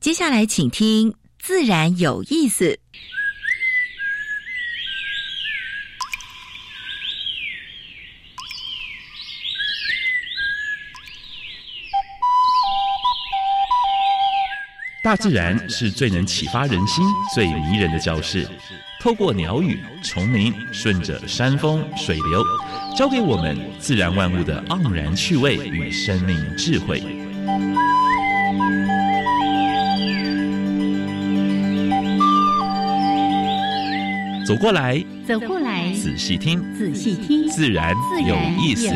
接下来请听自然有意思。 大自然是最能启发人心、最迷人的教室。透过鸟语、虫鸣，顺着山峰、水流，教给我们自然万物的盎然趣味与生命智慧。走过来， 走过来， 仔细听， 仔细听， 自然有意思。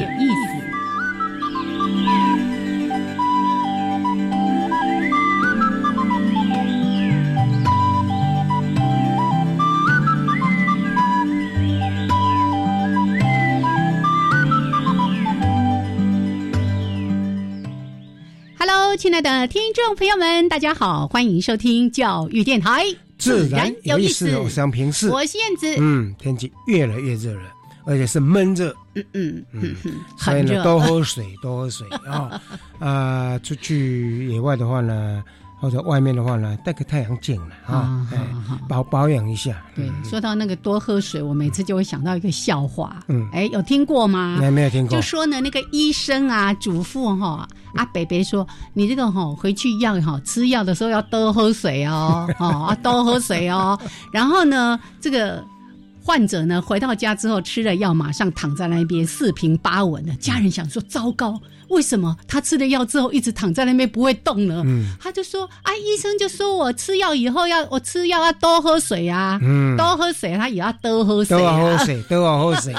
亲爱的听众朋友们，大家好，欢迎收听教育电台自然有意思。我是杨平世， 我是燕子。 天气越来越热了，而且是闷热。所以呢，多喝水，多喝水啊！出去野外的话呢，或者外面的话呢，带个太阳镜了保养一下。 对，说到那个多喝水，我每次就会想到一个笑话。有听过吗？ 没有听过。 就说呢，那个医生啊，嘱咐北北说，你这个回去吃药的时候要多喝水哦，多喝水哦。然后呢，这个患者呢回到家之后吃了药，马上躺在那边四平八稳的。家人想说，糟糕，为什么他吃了药之后一直躺在那边不会动呢？他就说医生就说我吃药以后我吃药要多喝水啊，多喝水，他也要多喝水， 多喝水。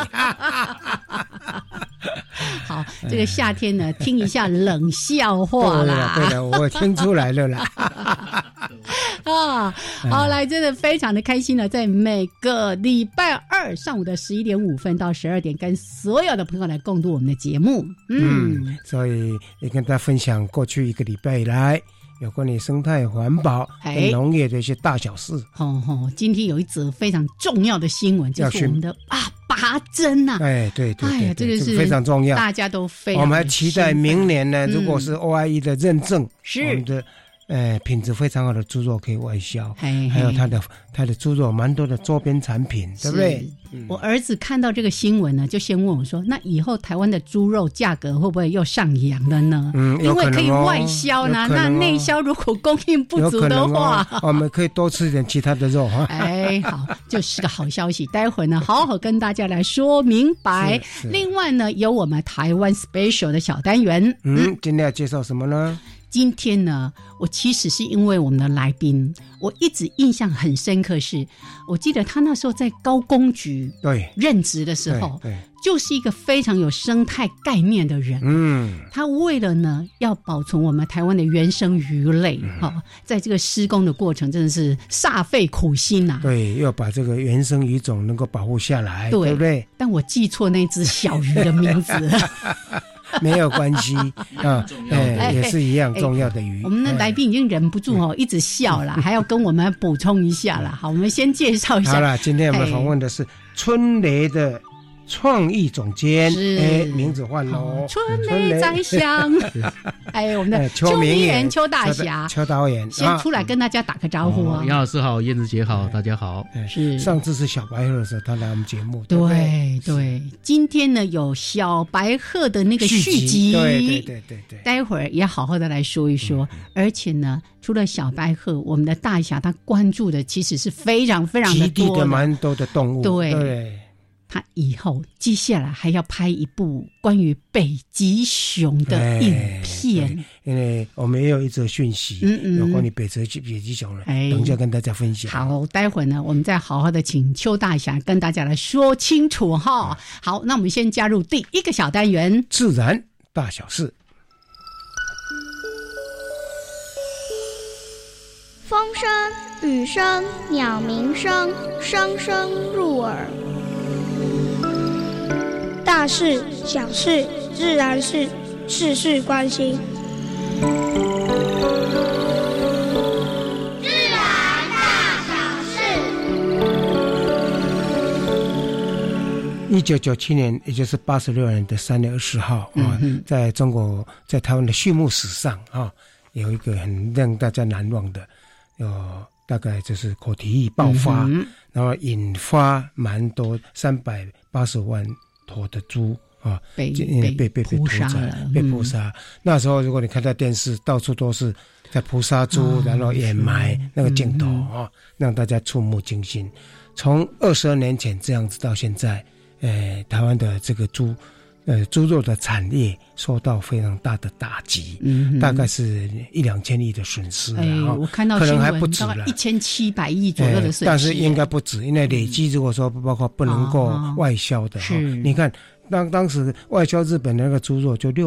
好，这个夏天呢，听一下冷笑话啦。 对了，我听出来了啦。 好，来，真的非常的开心呢，在每个礼拜二上午的11:05到12点，跟所有的朋友来共度我们的节目。 所以也跟大家分享过去一个礼拜以来有关于生态环保跟农业的一些大小事。 今天有一则非常重要的新闻，就是我们的拔针啊！ 对， 这个是非常重要， 大家都非常。 我们还期待明年呢，如果是 OIE 的认证， 是我们的品质非常好的猪肉可以外销，还有它的猪肉蛮多的周边产品，对不对？ 我儿子看到这个新闻呢，就先问我说：“那以后台湾的猪肉价格会不会又上扬了呢？”因为可以外销呢，那内销如果供应不足的话， 我们可以多吃一点其他的肉哈。 好，就是个好消息。待会呢，好好跟大家来说明白。另外呢，有我们台湾 special 的小单元。 今天要介绍什么呢？ 今天呢，我其实是因为我们的来宾，我一直印象很深刻是，我记得他那时候在高工局任职的时候，就是一个非常有生态概念的人。他为了呢要保存我们台湾的原生鱼类，在这个施工的过程真的是煞费苦心啊。 对，要把这个原生鱼种能够保护下来，对不对？ 但我记错那只小鱼的名字。 没有关系也是一样重要的鱼。 我们的来宾已经忍不住一直笑了，还要跟我们补充一下了。好，我们先介绍一下。 好了，今天我们访问的是春雷的创意总监，名字换喽， 春雷在香。我们的邱明远、邱大侠、 邱导演先出来跟大家打个招呼啊！ 杨老师好，燕子姐好，大家好。 是上次是小白鹤的时候，他来我们节目。 对，今天呢有小白鹤的那个续集， 对， 待会儿也好好的来说一说。而且呢，除了小白鹤，我们的大侠他关注的其实是非常非常的多极地的蛮多的动物。 对。他以后接下来还要拍一部关于北极熊的影片， 因为我们也有一则讯息，有关于北极熊了，等一下跟大家分享。 好，待会呢，我们再好好的请邱大侠跟大家来说清楚哈。好，那我们先加入第一个小单元—— 自然大小事。 风声、雨声、鸟鸣声，声声入耳。大事、小事、自然事，事事关心。自然大小事。 1997年，也就是86年的3月20号在中国，在台湾的畜牧史上有一个很让大家难忘的，大概就是口蹄疫爆发，然后引发蛮多380万头的猪啊，被扑杀了， 被扑杀。那时候如果你看到电视，到处都是在扑杀猪，然后掩埋那个镜头啊，让大家触目惊心。从22年前这样子到现在，台湾的这个猪肉的产业受到非常大的打击，大概是1-2千亿的损失了， 我看到可能还不止了 ，1700亿左右的损失， 但是应该不止，因为累积如果说包括不能够外销的，你看当时外销日本的那个猪肉就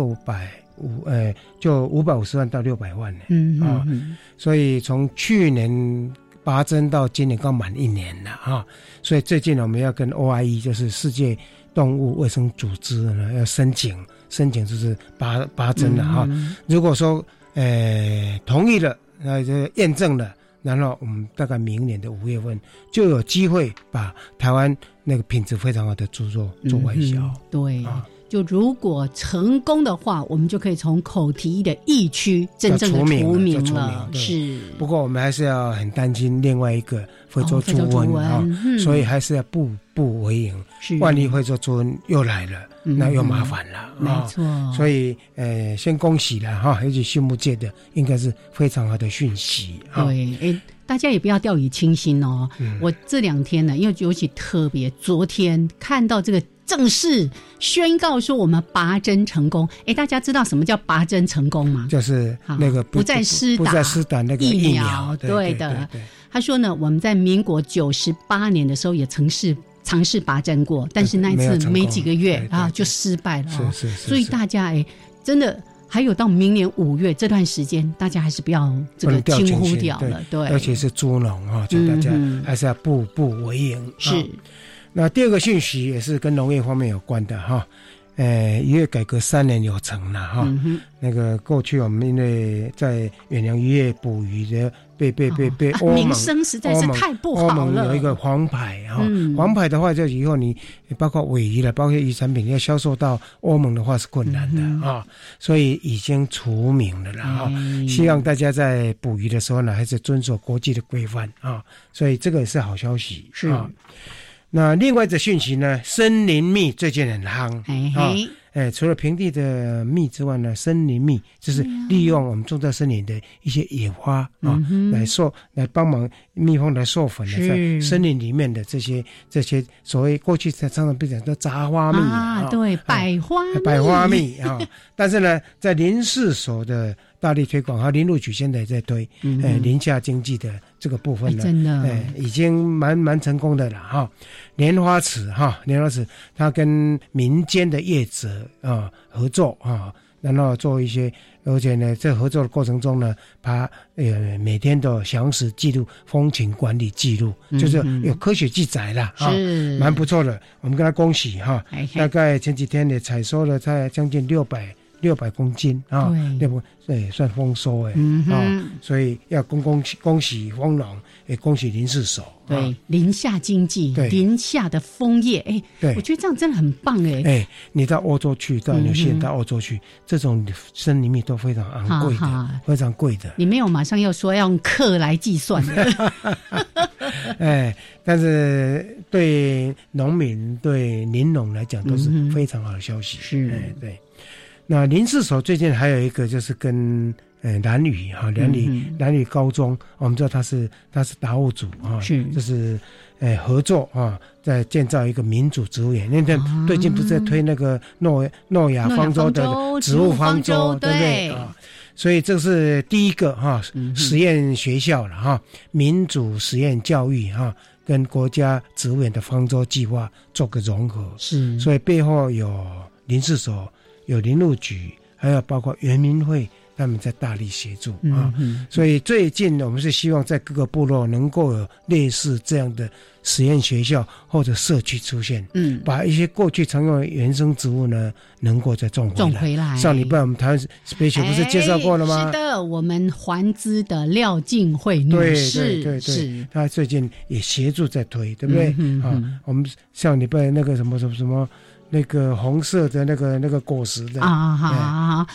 550万到600万呢，所以从去年拔针到今年刚满1年了啊，所以最近我们要跟 OIE 就是世界动物卫生组织呢要申请就是拔针了哈。如果说同意了，那就验证了，然后我们大概明年的5月份就有机会把台湾那个品质非常好的猪肉做外销。 对。就如果成功的话，我们就可以从口蹄疫的疫区真正的除名了。是。不过我们还是要很担心另外一个非洲猪瘟所以还是要步步为营。万一非洲猪瘟又来了，那又麻烦了。 没错。 所以先恭喜了哈，尤其畜牧界的应该是非常好的讯息。 对，大家也不要掉以轻心哦。我这2天呢，因为尤其特别昨天看到这个正式宣告说我们拔针成功。大家知道什么叫拔针成功吗？ 就是那个不再施打那个疫苗。 对的。他说呢，我们在民国98年的时候也尝试拔针过，但是那一次没几个月就失败了。是。所以大家真的还有到明年5月这段时间，大家还是不要这个轻忽掉了。对， 尤其是猪农就大家还是要步步为营。 是。 那第二个讯息也是跟农业方面有关的哈，渔业改革3年有成了哈。那个过去我们因为在远洋渔业捕鱼的被欧盟名声实在是太不好了。 欧盟有一个黄牌哈，黄牌的话就以后你包括鲔鱼了，包括渔产品要销售到欧盟的话是困难的啊，所以已经除名了啦哈。希望大家在捕鱼的时候呢，还是遵守国际的规范啊，所以这个是好消息。是啊。那另外一则讯息呢，森林蜜最近很夯除了平地的蜜之外呢，森林蜜就是利用我们种在森林的一些野花来帮忙蜜蜂来授粉的，在森林里面的这些所谓过去常常被讲叫杂花蜜对，百花蜜但是呢，在林试所的大力推广和林务局现在在推林下经济的这个部分呢， 真的已经蛮成功的了哈。莲花池它跟民间的业者合作然后做一些，而且呢，在合作的过程中呢，每天都详实记录风情管理记录，就是有科学记载啦，是蛮不错的。我们跟他恭喜哈，大概前几天也采收了在将近600公斤对，算丰收所以要恭喜丰农，也恭喜林试所。 对，林下经济，林下的枫叶，对，我觉得这样真的很棒你到欧洲去，到纽西兰到欧洲去，这种森林蜜都非常昂贵的，非常贵的。 你没有马上要说要用克来计算的。 但是对农民、对林农来讲都是非常好的消息。是，对。那林试所最近还有一个就是跟南语高中，我们知道他是达悟组就是合作在建造一个民主植物园。那最近不是在推那个诺亚方舟的植物方舟，对不对所以这是第一个实验学校了民主实验教育跟国家植物园的方舟计划做个融合。是，所以背后有林试所，有林务局，还有包括原民会，他们在大力协助所以最近我们是希望在各个部落能够有类似这样的实验学校或者社区出现，把一些过去常用的原生植物呢，能够再种回来。上礼拜我们台湾 special 不是介绍过了吗？ 是的，我们环资的廖静慧女士， 对，她最近也协助在推，对不对？我们上礼拜那个什么那个红色的那个果实的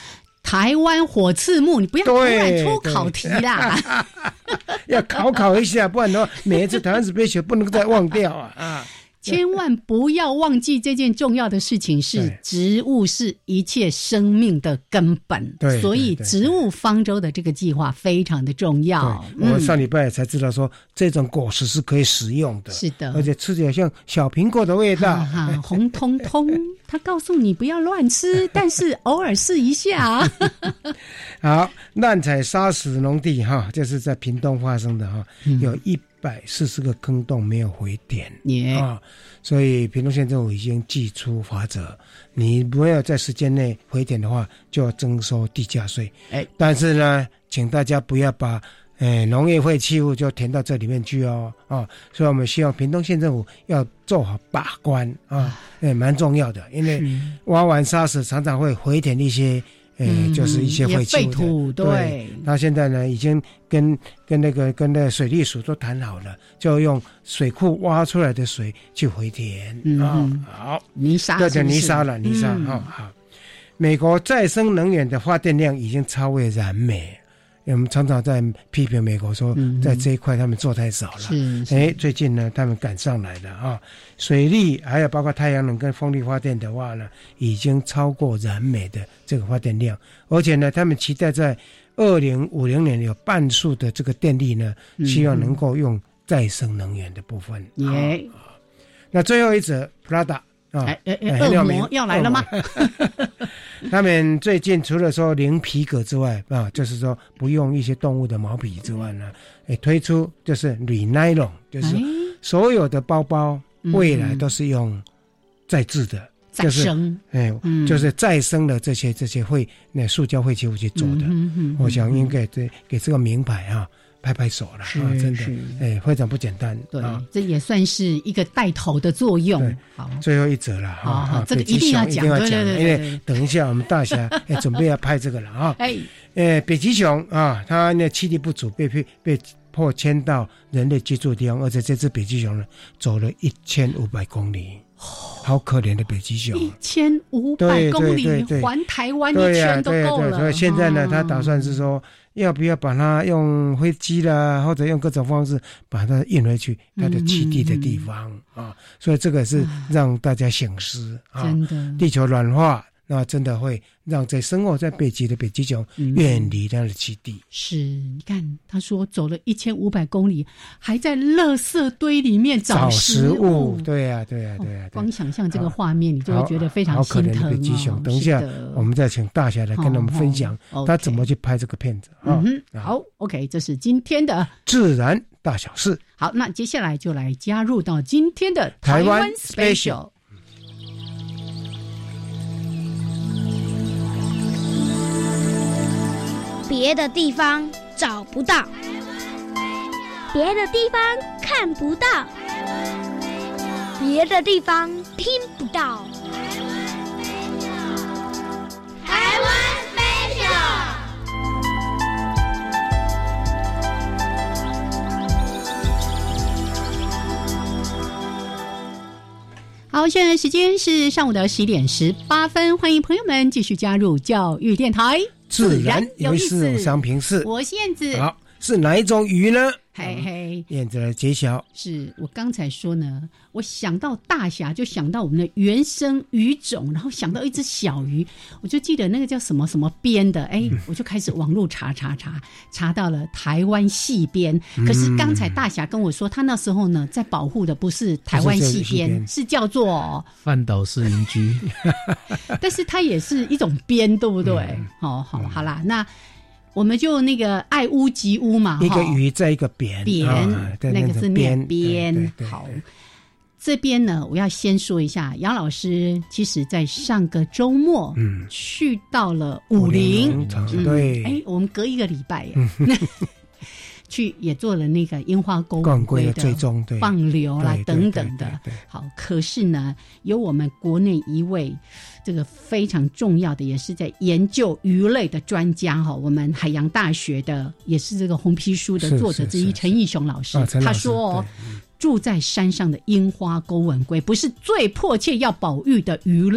台湾火刺木，你不要突然出考题啦。 要考一下，不然的话，每一次台湾special不能再忘掉啊！ 千万不要忘记这件重要的事情是，植物是一切生命的根本。对，所以植物方舟的这个计划非常的重要。 我上礼拜才知道说，这种果实是可以食用的。 是的， 而且吃起来像小苹果的味道， 红彤彤。他告诉你不要乱吃，但是偶尔试一下。 好，滥采砂石农地哈，这是在屏东发生的哈，有140个坑洞没有回填啊，所以屏东县政府已经祭出法则，你没有在时间内回填的话，就要征收地价税。但是呢，请大家不要把农业废弃物就填到这里面去哦，所以我们希望屏东县政府要做好把关啊，蛮重要的，因为挖完砂石常常会回填一些。就是一些废弃物的，对。他现在呢，已经跟那个水利署都谈好了，就用水库挖出来的水去回填好， 泥沙对，泥沙了，泥沙好。美国再生能源的发电量已经超越燃煤。我们常常在批评美国说，在这一块他们做太少了。最近呢，他们赶上来了啊！水力还有包括太阳能跟风力发电的话呢，已经超过燃煤的这个发电量，而且呢，他们期待在2050年有半数的这个电力呢，希望能够用再生能源的部分。那最后一则 Prada。 恶魔要来了吗？ 他们最近除了说零皮革之外就是说不用一些动物的毛皮之外呢，推出就是 Renylon， 就是所有的包包未来都是用再制的， 再生， 就是再生的这些塑胶废弃物去做的。我想应该给这个名牌拍拍手了，真的，非常不简单。 对，这也算是一个带头的作用。好， 最后一则了哈， 这个一定要讲，对， 因为等一下我们大侠准备要拍这个了啊。北极熊它那气力不足，被迫迁到人类居住的地方，而且这只北极熊呢走了1500公里。好可怜的北极熊 ，1500公里环台湾一圈都够了。 所以现在呢，他打算是说，要不要把它用飞机啦，或者用各种方式把它运回去它的栖地的地方所以这个是让大家省思真的， 地球暖化。那真的会让在生活在北极的北极熊远离它的栖地。 是，你看他说走了1500公里，还在垃圾堆里面找食物。 对啊。 光想象这个画面，你就会觉得非常心疼。 好可怜的北极熊。等一下，我们再请大侠来跟我们分享他怎么去拍这个片子好 ，OK， 这是今天的自然大小事。 好，那接下来就来加入到今天的台湾 Special。 别的地方找不到，别的地方看不到，别的地方听不到。台湾 Special。 好，现在时间是上午的11点18分，欢迎朋友们继续加入教育电台。 自然有意思，我想平视。 我是燕子。 好，是哪一种鱼呢？ 嘿嘿， 燕子来揭晓。 是我刚才说呢，我想到大侠，就想到我们的原生鱼种，然后想到一只小鱼，我就记得那个叫什么什么边的，我就开始网络查到了台湾细边。可是刚才大侠跟我说，他那时候呢在保护的不是台湾细边，是叫做范岛式云居， 但是它也是一种边，对不对？好啦，那。我们就那个爱屋及乌嘛， 一个鱼在一个边， 那个字念边。好，这边呢，我要先说一下，杨老师其实在上个周末，去到了武陵， 对， 我们隔一个礼拜去也做了那个樱花沟吻龟的追踪、 放流啦等等的。好，可是呢，有我们国内一位这个非常重要的，也是在研究鱼类的专家我们海洋大学的，也是这个红皮书的作者之一陈义雄老师。他说住在山上的樱花沟吻龟不是最迫切要保育的鱼类。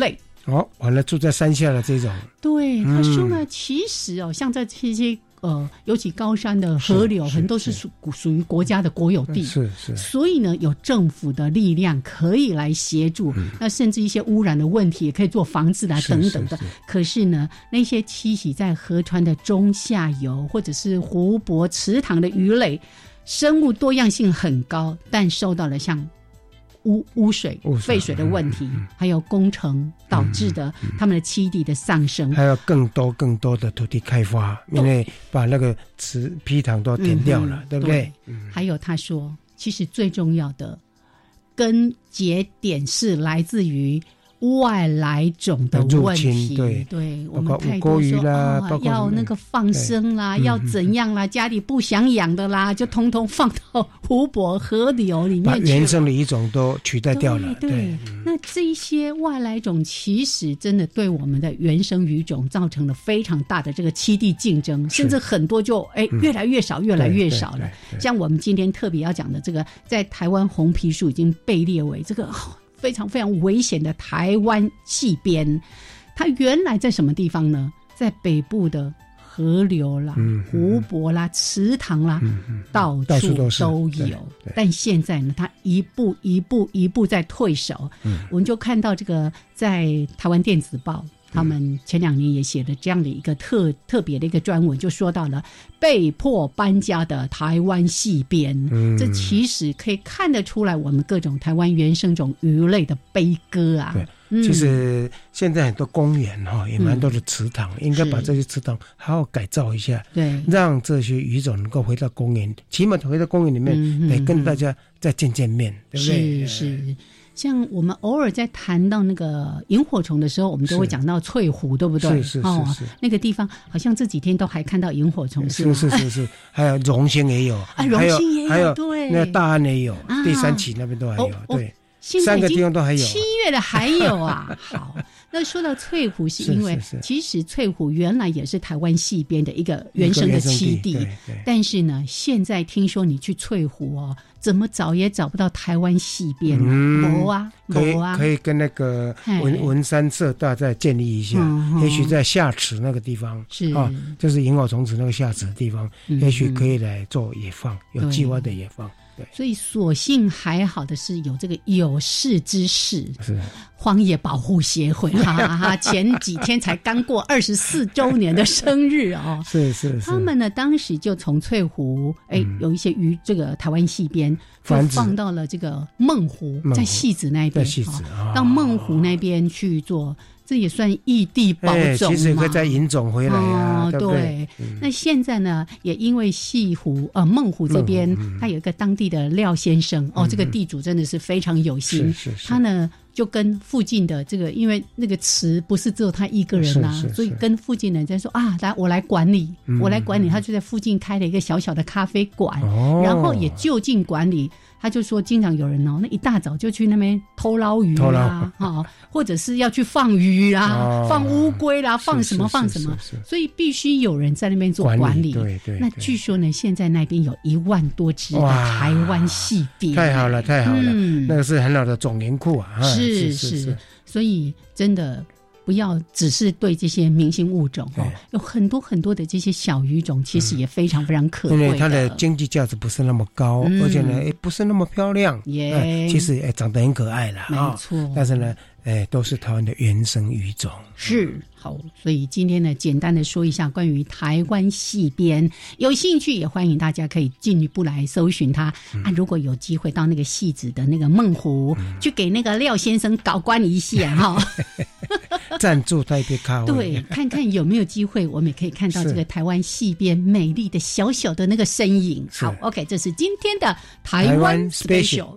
完了住在山下的这种。 对，他说呢，其实像在这些尤其高山的河流，很多是属于国家的国有地， 是， 所以呢，有政府的力量可以来协助，那甚至一些污染的问题也可以做防治啦，等等的。可是呢，那些栖息在河川的中下游或者是湖泊、池塘的鱼类，生物多样性很高，但受到了像污水、废水的问题，还有工程导致的他们的栖地的上升， 还有更多的土地开发，因为把那个坯塘都填掉了，对不对？ 还有他说，其实最重要的根结点是来自于外来种的问题，对，我们太多说要那个放生啦，要怎样啦，家里不想养的啦，就通通放到湖泊、河流里面去， 把原生的一种都取代掉了。 对，那这一些外来种其实真的对我们的原生鱼种造成了非常大的这个栖地竞争，甚至很多就越来越少，越来越少了。像我们今天特别要讲的这个，在台湾红皮书已经被列为这个非常非常危险的台湾细边，它原来在什么地方呢？在北部的河流啦、湖泊啦、池塘啦，到处都有。但现在呢，它一步在退守。我们就看到这个在台湾电子报，他们前2年也写了这样的一个特别的一个专文，就说到了被迫搬家的台湾细边，这其实可以看得出来我们各种台湾原生种鱼类的悲歌啊。 对，其实现在很多公园也蛮多的池塘，应该把这些池塘好好改造一下，对，让这些鱼种能够回到公园，起码回到公园里面，得跟大家再见面，对不对？是。 像我们偶尔在谈到那个萤火虫的时候，我们都会讲到翠湖，对不对？ 是。 那个地方好像这几天都还看到萤火虫，是还有荣兴也有， 荣兴也有， 还有对， 那大安也有，第三期那边都还有，对。3个地方都还有 ，7月的还有啊。好，那说到翠湖，是因为其实翠湖原来也是台湾细边的一个原生的栖地，但是呢，现在听说你去翠湖怎么找也找不到台湾细边，没啊， 可以跟那个文山社大再建立一下，也许在下池那个地方就是萤火虫池那个下池的地方，也许可以来做野放，有计划的野放。 所以所幸还好的是有这个有识之士，荒野保护协会，前几天才刚过24周年的生日哦。 是。 他们呢当时就从翠湖有一些鱼这个台湾细边就放到了这个孟湖，在戏子那边，到孟湖那边去做。这也算异地保种嘛， 其实可以再引种回来啊，对不对？ 那现在呢，也因为西湖孟湖这边，他有一个当地的廖先生这个地主真的是非常有心，他呢就跟附近的这个，因为那个池不是只有他一个人啊，所以跟附近的人在说来我来管理，他就在附近开了一个小小的咖啡馆，然后也就近管理。他就说，经常有人那一大早就去那边偷捞鱼啦，或者是要去放鱼啦、放乌龟啦、放什么，所以必须有人在那边做管理。对。那据说呢，现在那边有1万多只的台湾细边， 太好了，那个是很好的种源库啊。 是，所以真的。不要只是对这些明星物种有很多很多的这些小鱼种，其实也非常非常可贵的。 因为它的经济价值不是那么高，而且呢，不是那么漂亮，其实长得很可爱啦， 没错。 但是呢，都是台湾的原生鱼种。 是好，所以今天呢，简单的说一下关于台湾细边，有兴趣也欢迎大家可以进一步来搜寻它。如果有机会到那个戏子的那个孟湖，去给那个廖先生搞关一下赞助他一杯咖啡， 对，看看有没有机会，我们也可以看到这个台湾细边美丽的小小的那个身影。好 ，OK， 这是今天的台湾 Special。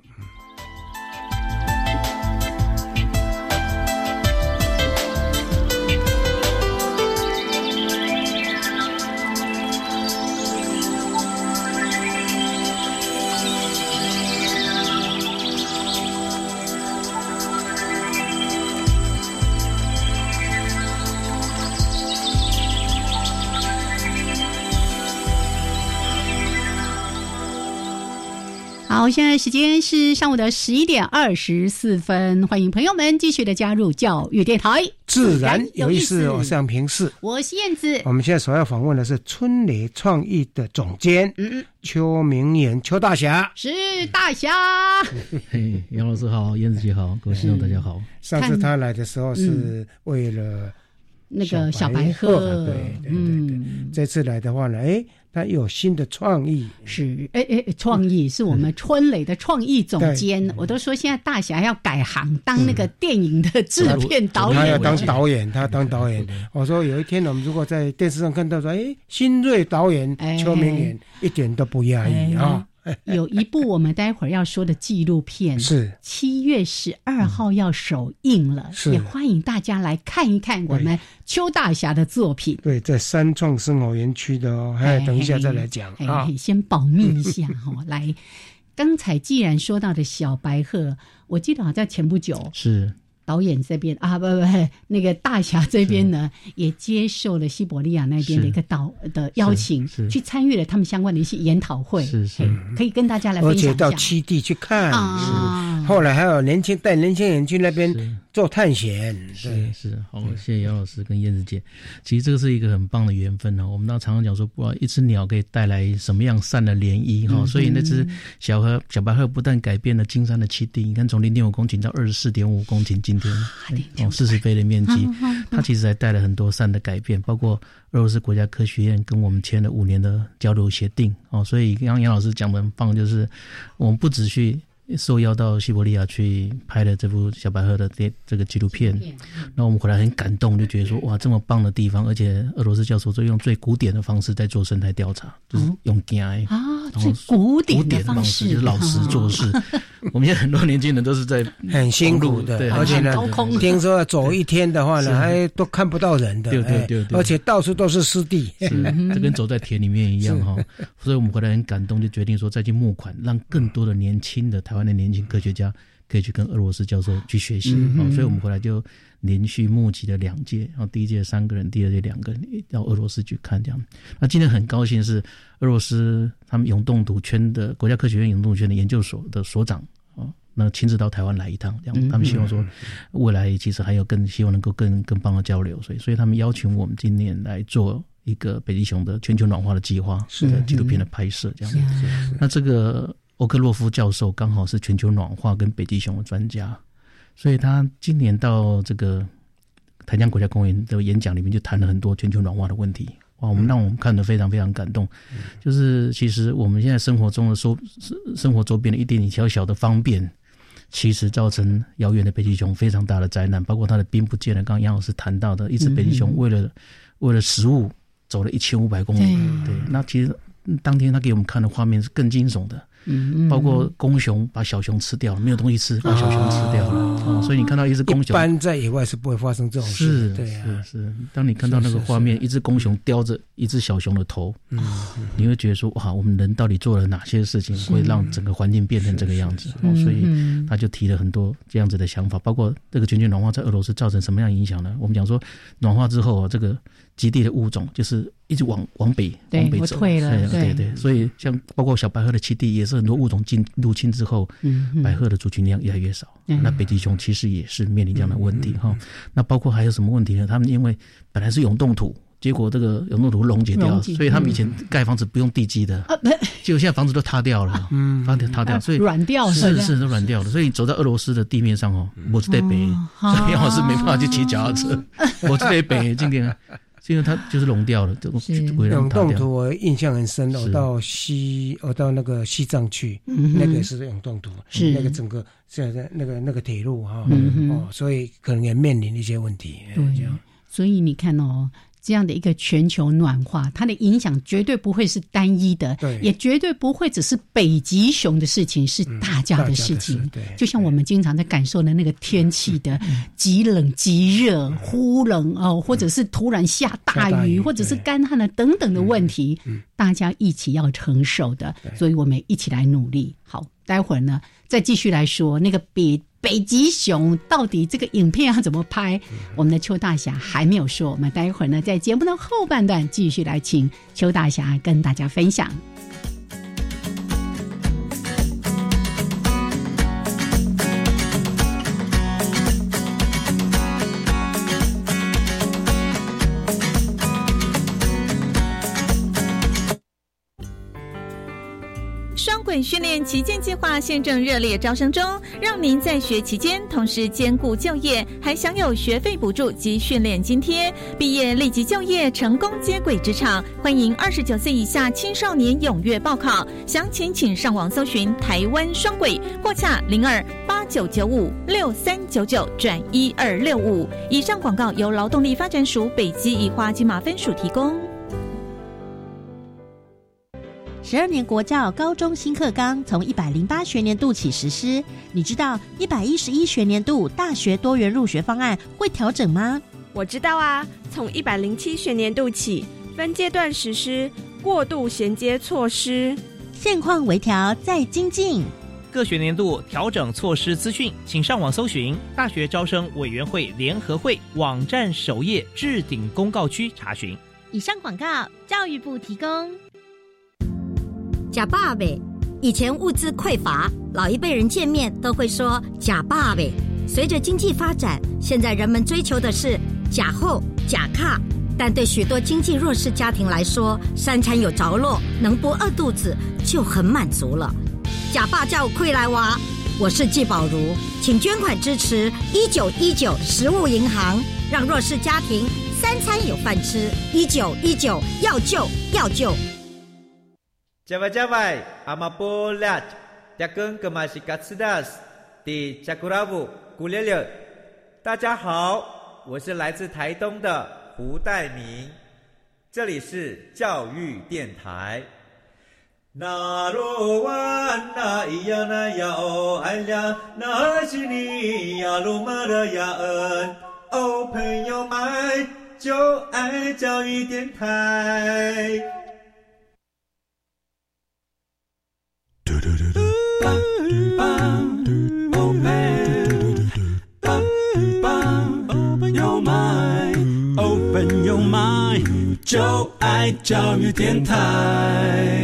好，现在时间是上午的11:24，欢迎朋友们继续的加入教育电台， 自然有意思。我是杨平世， 我是燕子。 我们现在所要访问的是春雷创意的总监邱明言邱大侠， 是大侠。 嘿，杨老师好，燕子姐好，各位听众大家好。 上次他来的时候是为了那个小白鹤， 对，这次来的话呢，他有新的创意， 是创意是我们春雷的创意总监。我都说现在大侠要改行当那个电影的制片导演， 他要当导演，他当导演。我说有一天我们如果在电视上看到说，新锐导演邱明言，一点都不压抑啊。 有一部我们待会儿要说的纪录片是7月12号要首映了，也欢迎大家来看一看我们邱大侠的作品。 对，在三创生活园区的哦，等一下再来讲啊， 先保密一下来，刚才既然说到的小白鹤，我记得好像前不久是导演这边不，那个大侠这边呢，也接受了西伯利亚那边的一个的邀请，去参与了他们相关的一些研讨会，可以跟大家来分享一下。 而且到基地去看，后来还有带年轻人去那边做探险。 是，好，谢谢姚老师跟燕子姐。其实这个是一个很棒的缘分哦。我们常常讲说，不知道一只鸟可以带来什么样善的涟漪哈。所以那只小白鹤不但改变了金山的栖地，你看从0.5公顷到24.5公顷，今天40倍的面积，它其实还带了很多善的改变，包括俄罗斯国家科学院跟我们签了5年的交流协定哦。所以刚刚杨老师讲的很棒，就是我们不只去受邀到西伯利亚去拍了这部小白鹤的这个纪录片，那我们回来很感动，就觉得说哇，这么棒的地方，而且俄罗斯教授就用最古典的方式在做生态调查，就是用走最古典的方式， 就是老实做事。我们现在很多年轻人都是在很辛苦的，而且呢，听说走一天的话呢，还都看不到人的， 对， 而且到处都是湿地， 这跟走在田里面一样哈。所以我们回来很感动，就决定说再去募款，让更多的年轻的台湾的年轻科学家可以去跟俄罗斯教授去学习。所以我们回来就连续募集了2届，然后第一届3个人，第二届2个人到俄罗斯去看这样。那今天很高兴是俄罗斯他们永冻土圈的国家科学院永冻土圈的研究所的所长那亲自到台湾来一趟，这样他们希望说未来其实还有希望能够更棒的交流，所以他们邀请我们今年来做一个北极熊的全球暖化的计划的纪录片的拍摄这样。那这个欧克洛夫教授刚好是全球暖化跟北极熊的专家，所以他今年到这个台江国家公园的演讲里面就谈了很多全球暖化的问题。哇，让我们看得非常非常感动。就是其实我们现在生活中的生活周边的一点小小的方便，其实造成遥远的北极熊非常大的灾难，包括它的兵不见了。刚刚杨老师谈到的，一只北极熊为了食物走了1500公里。对，那其实当天他给我们看的画面是更惊悚的。包括公熊把小熊吃掉了，没有东西吃，把小熊吃掉了。所以你看到一只公熊， 一般在野外是不会发生这种事。 是。当你看到那个画面，一只公熊叼着一只小熊的头，你会觉得说哇，我们人到底做了哪些事情，会让整个环境变成这个样子？所以他就提了很多这样子的想法，包括这个全球暖化在俄罗斯造成什么样影响呢？我们讲说暖化之后这个极地的物种就是一直往北走， 退了。 对，所以像包括小白鹤的栖地也是很多物种入侵之后，白鹤的族群量越来越少。那北极熊其实也是面临这样的问题哈。那包括还有什么问题呢？他们因为本来是永冻土，结果这个永冻土溶解掉，所以他们以前盖房子不用地基的，结果现在房子都塌掉了，塌掉，所以软掉是都软掉了。所以走在俄罗斯的地面上我是在北，所以我是没办法去骑脚踏车，我是在北今天。因为它就是融掉了， 永冻土我印象很深，我到那个西藏去，那个是永冻土，那个整个现在那个铁路所以可能也面临一些问题。 对，所以你看这样的一个全球暖化，它的影响绝对不会是单一的，也绝对不会只是北极熊的事情，是大家的事情。就像我们经常在感受的那个天气的极冷极热，忽冷或者是突然下大雨，或者是干旱了等等的问题，大家一起要承受的，所以我们一起来努力。好，待会儿呢再继续来说那个北极熊到底这个影片要怎么拍，我们的邱大侠还没有说，我们待会儿呢在节目的后半段继续来请邱大侠跟大家分享。 双轨训练旗舰计划现正热烈招生中，让您在学期间同时兼顾就业，还享有学费补助及训练津贴，毕业立即就业，成功接轨职场。欢迎29岁以下青少年踊跃报考，详情请上网搜寻台湾双轨，或洽02-8995-6399-1265。以上广告由劳动力发展署北基宜花金马分署提供。 12年国教高中新课纲从108学年度起实施，你知道111学年度大学多元入学方案会调整吗？ 我知道啊，从107学年度起分阶段实施过渡衔接措施， 现况微调再精进。 各学年度调整措施资讯，请上网搜寻大学招生委员会联合会网站首页置顶公告区查询。 以上广告教育部提供。 假爸呗，以前物资匮乏，老一辈人见面都会说假爸呗。随着经济发展，现在人们追求的是假厚、假卡，但对许多经济弱势家庭来说，3餐有着落，能不饿肚子就很满足了。假爸叫溃来娃，我是季宝如，请捐款支持1919食物银行，让弱势家庭3餐有饭吃。1919要救要救。 Jawai, Amapolat, Jakun Kemasikatsidas, di Jakuravu, Gulele。大家好，我是来自台东的胡代明，这里是教育电台。那罗哇那咿呀那呀哦哎呀，那是你呀鲁玛的呀恩哦，朋友们就爱教育电台。Open your mind， 就爱教育电台。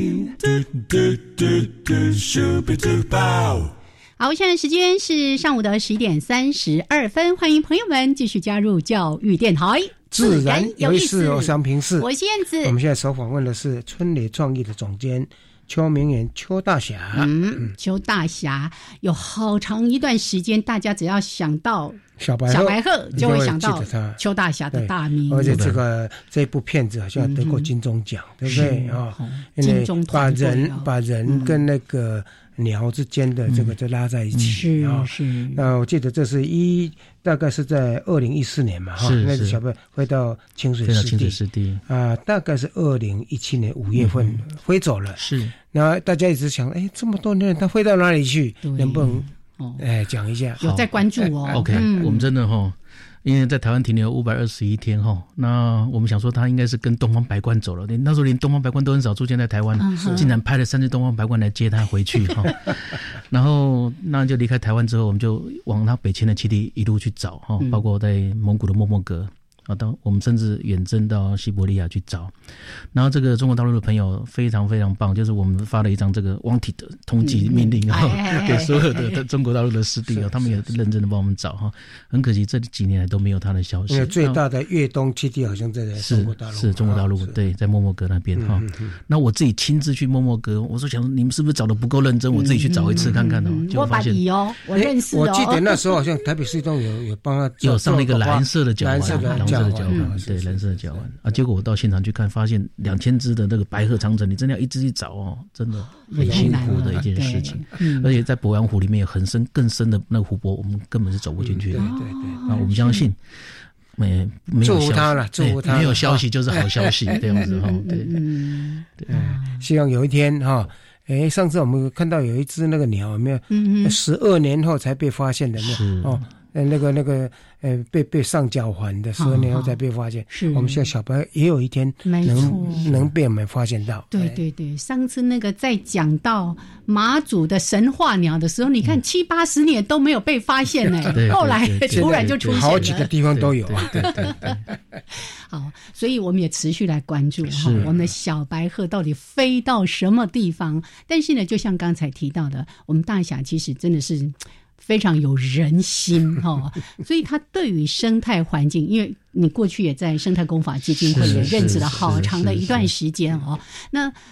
好，现在时间是上午的11点32分，欢迎朋友们继续加入教育电台， 自然有意思。我是杨平世， 我是燕子。 我们现在所访问的是春蕾创意的总监邱明媛邱大侠。 邱大侠有好长一段时间，大家只要想到小白鹤就会想到邱大侠的大名， 而且这部片子好像得过金钟奖，对不对啊？ 金钟团队把人跟那个鸟之间的这个就拉在一起啊。 是。 那我记得这是大概是在2014年嘛，哈，那个小白飞到清水湿地啊，大概是2017年5月份飞走了。 是。 那大家一直想，这么多年他飞到哪里去？能不能讲一下？ 有在关注哦。 OK，我们真的因为在台湾停留521天那我们想说他应该是跟东方白鹳走了，那时候连东方白鹳都很少出现在台湾，竟然派了3只东方白鹳来接他回去然后那就离开台湾之后，我们就往他北迁的基地一路去找包括在蒙古的莫莫格。到我们甚至远征到西伯利亚去找，然后这个中国大陆的朋友非常非常棒，就是我们发了一张这个 wanted 通缉命令给所有的中国大陆的师弟他们也认真的帮我们找很可惜这几年来都没有他的消息。 因为最大的越东基地好像在中国大陆， 是中国大陆，对，在莫莫格那边那我自己亲自去莫莫格，我说想你们是不是找的不够认真，我自己去找一次看看我发现我认识我记得那时候好像台北市政有帮他有上了一个蓝色的蓝色的脚环，对，蓝色的脚环结果我到现场去看，发现2000只的那个白鹤长城，你真的要一只去找真的很辛苦的一件事情。而且在鄱阳湖里面有更深的那个湖泊，我们根本是走不进去的。对，那我们相信没有祝福他了，祝福他， 没有消息就是好消息这样子对， 希望有一天上次我们看到有一只那个鸟，有没有？12年后才被发现的那个被上脚环的12年后才被发现。是，我们现在小白也有一天能被我们发现到。 对，上次那个在讲到马祖的神话鸟的时候，你看70-80年都没有被发现后来突然就出现了， 好几个地方都有对。 好，所以我们也持续来关注我们的小白鹤到底飞到什么地方。但是呢，就像刚才提到的，我们大侠其实真的是非常有人心所以他对于生态环境，因为你过去也在生态工法基金会也任职了好长的一段时间那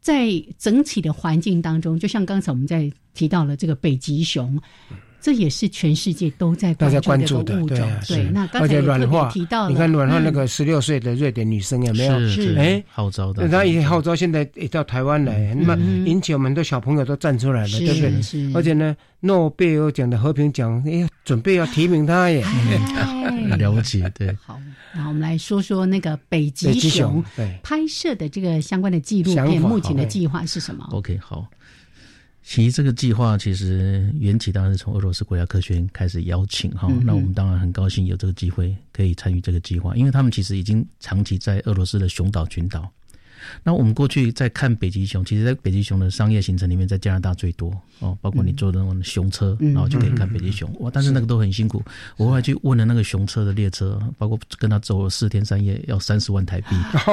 在整体的环境当中，就像刚才我们在提到了这个北极熊。这也是全世界都在关注的物种，对。那刚才也特别提到了， 你看软化那个16岁的瑞典女生有没有？ 是号召的， 她也号召，现在也到台湾来，那么引起我们很多小朋友都站出来了，对不对？而且呢，诺贝尔奖的和平奖，准备要提名她耶。 了解，对。 好，然后我们来说说那个北极熊拍摄的这个相关的纪录片，目前的计划是什么 ？OK， 好。其实这个计划其实缘起当然是从俄罗斯国家科学院开始邀请哈，那我们当然很高兴有这个机会可以参与这个计划，因为他们其实已经长期在俄罗斯的熊岛群岛。那我们过去在看北极熊，其实在北极熊的商业行程里面，在加拿大最多哦，包括你坐的那种熊车，然后就可以看北极熊。哇，但是那个都很辛苦。我后来去问了那个熊车的列车，包括跟他走了4天3夜，要30万台币。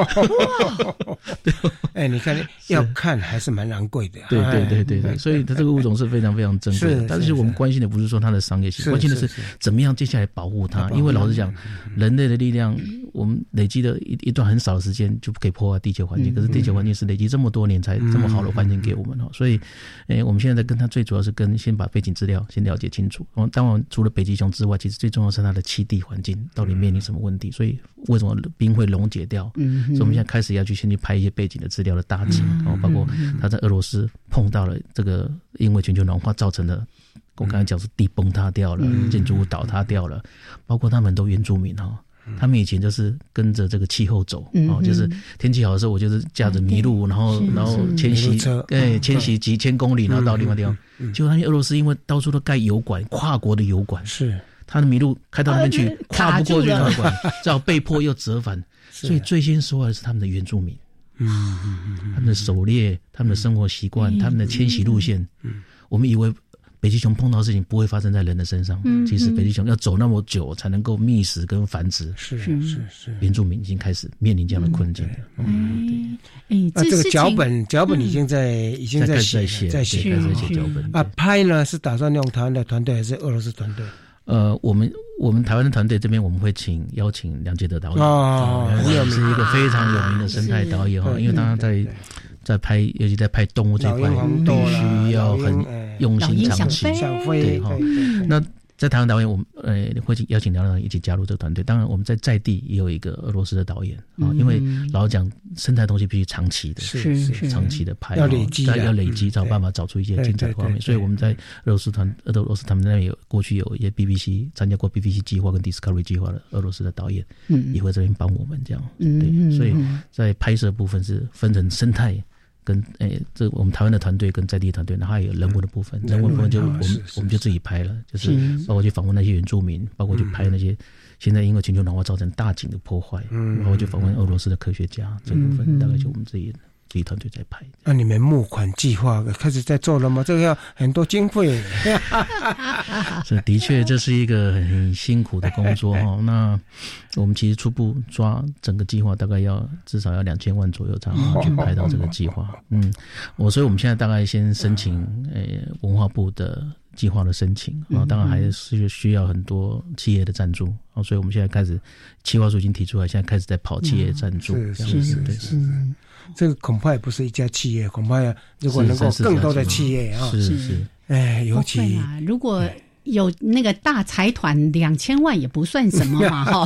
你看要看还是蛮昂贵的。 对，所以它这个物种是非常非常珍贵的。但是我们关心的不是说它的商业性，关心的是怎么样接下来保护它。因为老实讲，人类的力量，我们累积的一段很少的时间就可以破坏地球环境。可是地球环境是累积这么多年才这么好的环境给我们所以我们现在在跟他最主要是先把背景资料先了解清楚。当然除了北极熊之外，其实最重要是它的栖地环境到底面临什么问题，所以为什么冰会溶解掉，所以我们现在开始要先去拍一些背景的资料的大景，包括他在俄罗斯碰到了这个因为全球暖化造成的，我刚才讲是地崩塌掉了，建筑物倒塌掉了，包括他们都原住民他们以前就是跟着这个气候走就是天气好的时候，我就是驾着麋鹿，然后迁徙几千公里，然后到另外地方。结果他们俄罗斯因为到处都盖油管，跨国的油管， 是他的麋鹿开到那边去，跨不过去油管，只好被迫又折返。所以最先说的是他们的原住民，他们的狩猎，他们的生活习惯，他们的迁徙路线。我们以为北极熊碰到的事情不会发生在人的身上，其实北极熊要走那么久才能够觅食跟繁殖， 是原住民已经开始面临这样的困境了。 这个脚本已经在写脚本拍呢是打算用台湾的团队还是俄罗斯团队？ 我们台湾的团队这边我们会邀请梁杰德导演，是一个非常有名的生态导演因为他在拍，尤其在拍动物这块，必须要很用心长期。对那在台湾导演，我们会邀请梁导演一起加入这个团队。当然，我们在地也有一个俄罗斯的导演因为老讲生态东西必须长期的， 是长期的拍， 要累积， 才有办法找出一些精彩的画面。所以我们在俄罗斯他们那边过去有一些 BBC 参加过 BBC 计划跟 Discovery 计划的俄罗斯的导演，也会这边帮我们这样。对，所以在拍摄部分是分成生态。跟这我们台湾的团队跟在地团队，然后还有人文的部分，人文部分就我们就自己拍了，就是包括去访问那些原住民，包括去拍那些现在因为全球暖化造成大景的破坏，然后就访问俄罗斯的科学家，这部分大概就我们自己团队在拍。 那你们募款计划开始在做了吗？这个要很多经费。 这的确这是一个很辛苦的工作那我们其实初步抓整个计划大概至少要2000万左右才好去拍到这个计划。所以我们现在大概先申请文化部的计划的申请当然还是需要很多企业的赞助所以我们现在开始企划书已经提出来，现在开始在跑企业赞助。 是这个恐怕也不是一家企业，恐怕如果能够更多的企业尤其如果有那个大财团2000万也不算什么嘛好，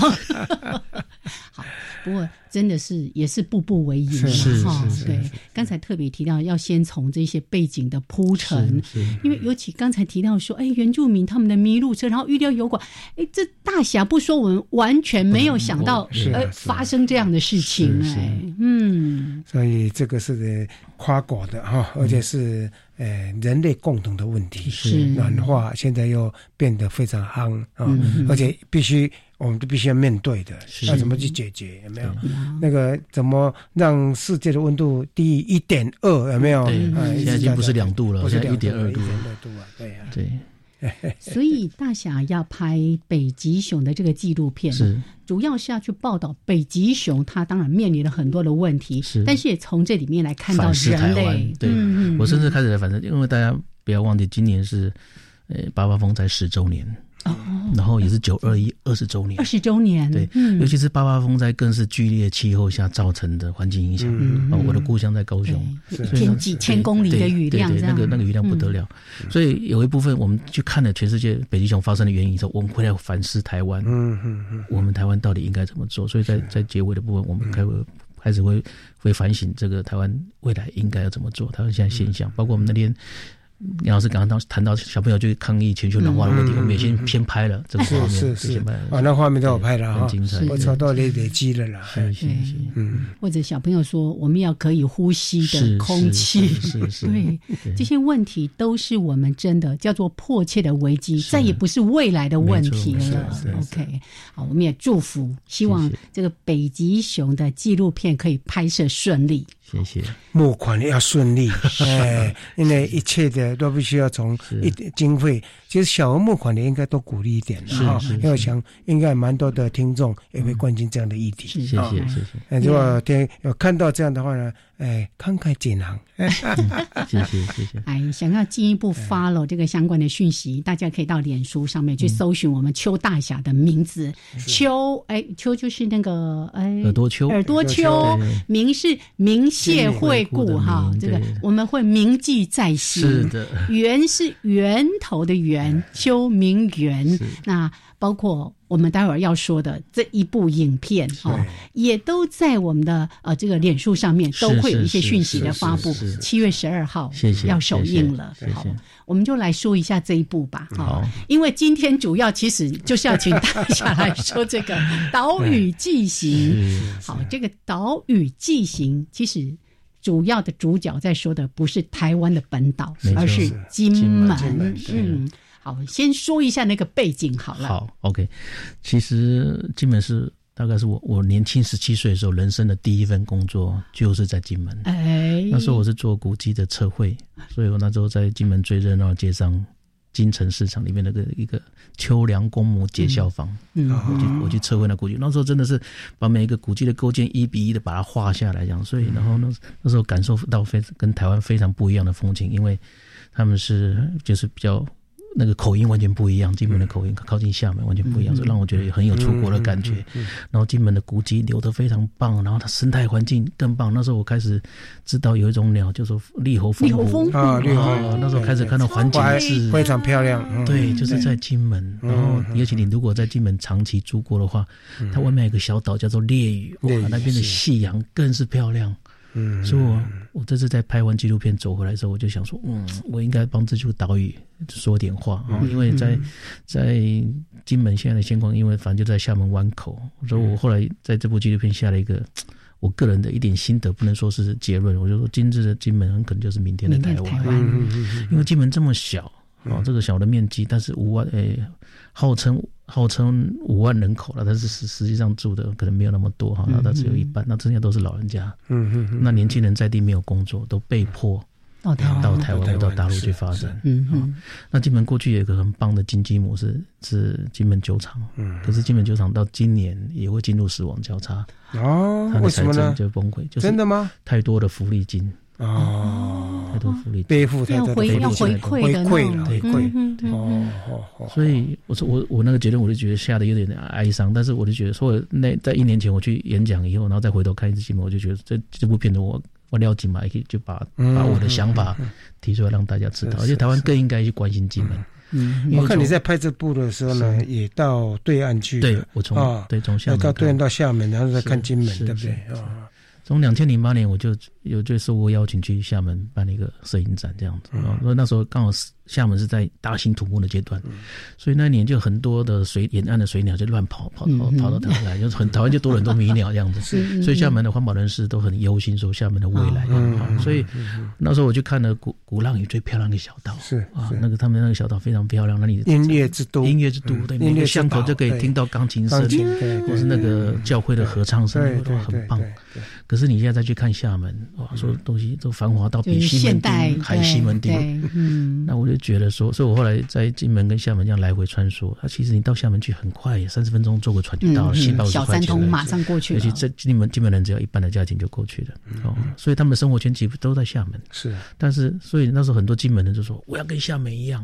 不过真的是也是步步为营对，刚才特别提到要先从这些背景的铺陈，因为尤其刚才提到说原住民他们的麋鹿车，然后预料油管，这大侠不说我们完全没有想到发生这样的事情所以这个是跨国的而且是人类共同的问题，暖化现在又变得非常夯而且我们都必须要面对的，要怎么去解决？有没有那个怎么让世界的温度低1.2？有没有？ 现在已经不是2度了，现在1.2度对。 所以大侠要拍北极熊的这个纪录片，主要是要去报道北极熊，它当然面临了很多的问题，但是也从这里面来看到人类。 对，我甚至开始反正，因为大家不要忘记，今年是88风灾10周年。 然后也是921 20周年 ，20周年， 对，尤其是88风灾更是剧烈气候下造成的环境影响。我的故乡在高雄， 天几千公里的雨量， 对，那个雨量不得了。所以有一部分我们去看了全世界北极熊发生的原因之后，我们回来反思台湾，我们台湾到底应该怎么做？所以在结尾的部分，我们开始会反省这个台湾未来应该要怎么做。台湾现在现象，包括我们那天杨老师刚刚谈到小朋友去抗议全球暖化的问题，我们也先拍了这个画面， 是那画面都有拍了很精彩， 我找到累积了啦。 或者小朋友说我们要可以呼吸的空气，对，这些问题都是我们真的叫做迫切的危机，再也不是未来的问题了。OK， 好，我们也祝福，希望这个北极熊的纪录片可以拍摄顺利。 谢谢。 募款要顺利，因为一切的都必须要从经费，其实小额募款的应该多鼓励一点哈，因为我想应该蛮多的听众也会关心这样的议题。 谢谢。 如果有看到这样的话呢，慷慨解囊。 谢谢。 想要进一步 follow 这个相关的讯息，大家可以到脸书上面去搜寻我们邱大侠的名字，邱就是那个耳朵邱， 名是明谢惠顾哈，这个我们会铭记在心。 是的， 源是源头的源，邱明源。那包括我们待会儿要说的这一部影片也都在我们的这个脸书上面都会有一些讯息的发布。7月12号要首映了，好，我们就来说一下这一部吧。好，因为今天主要其实就是要请大家来说这个岛屿纪行。好，这个岛屿纪行其实主要的主角在说的不是台湾的本岛，而是金门。好，先说一下那个背景好了。 好 ，OK。其实金门是大概是我年轻17岁的时候，人生的第一份工作就是在金门。那时候我是做古迹的测绘，所以我那时候在金门最热闹的街上金城市场里面那个一个秋凉公母解孝坊，我去测绘那古迹，那时候真的是把每一个古迹的构件1比1的把它画下来，这样，所以然后那时候感受到跟台湾非常不一样的风情，因为他们就是比较。那个口音完全不一样，金门的口音靠近厦门完全不一样，所以让我觉得很有出国的感觉。然后金门的古迹留得非常棒，然后它生态环境更棒。那时候我开始知道有一种鸟叫做立侯蜂虎那时候开始看到环境是非常漂亮。 对，就是在金门。然后尤其你如果在金门长期住过的话，它外面有个小岛叫做烈屿，那边的夕阳更是漂亮。所以我这次在拍完纪录片走回来的时候，我就想说，我应该帮这座岛屿说点话因为在金门现在的现况，因为反正就在厦门湾口，所以我后来在这部纪录片下了一个我个人的一点心得，不能说是结论，我就说今日的金门很可能就是明天的台湾，因为金门这么小这个小的面积，但是5万号称5万人口了，但是实际上住的可能没有那么多然后它只有一半，那剩下都是老人家。那年轻人在地没有工作，都被迫到台湾或到大陆去发展。那金门过去有一个很棒的经济模式是金门酒厂，可是金门酒厂到今年也会进入死亡交叉。 为什么呢？ 就崩溃，就是真的吗？ 太多的福利金。太多福利背负太多的要回馈所以我那个结论我就觉得下的有点哀伤，但是我就觉得说在1年前我去演讲以后，然后再回头看一次新闻，我就觉得这部片子我了解嘛，也可以就把我的想法提出来让大家知道，而且台湾更应该去关心金门。 我看你在拍这部的时候呢，也到对岸去。 对，我从厦门到对岸到厦门，然后再看金门，对不对？ 从2008年我就受过邀请去厦门办了一个摄影展这样子，所以那时候刚好厦门是在大兴土木的阶段，所以那年就很多的沿岸的水鸟就乱跑到台湾来，就台湾就多了很多迷鸟这样子，所以厦门的环保人士都很忧心说厦门的未来。所以那时候我去看了鼓浪屿最漂亮的小岛，那个他们那个小岛非常漂亮，那里音乐之都， 对，每个巷口就可以听到钢琴声，或是那个教会的合唱声，都很棒。可是你现在再去看厦门，说东西都繁华到比西门町还西门町，那我就觉得说，所以我后来在金门跟厦门这样来回穿梭，其实你到厦门去很快，30分钟坐个船就到了， 小三通马上过去了， 而且在金门人只要一半的价钱就过去了，所以他们的生活圈几乎都在厦门。 是， 但是所以那时候很多金门人就说，我要跟厦门一样。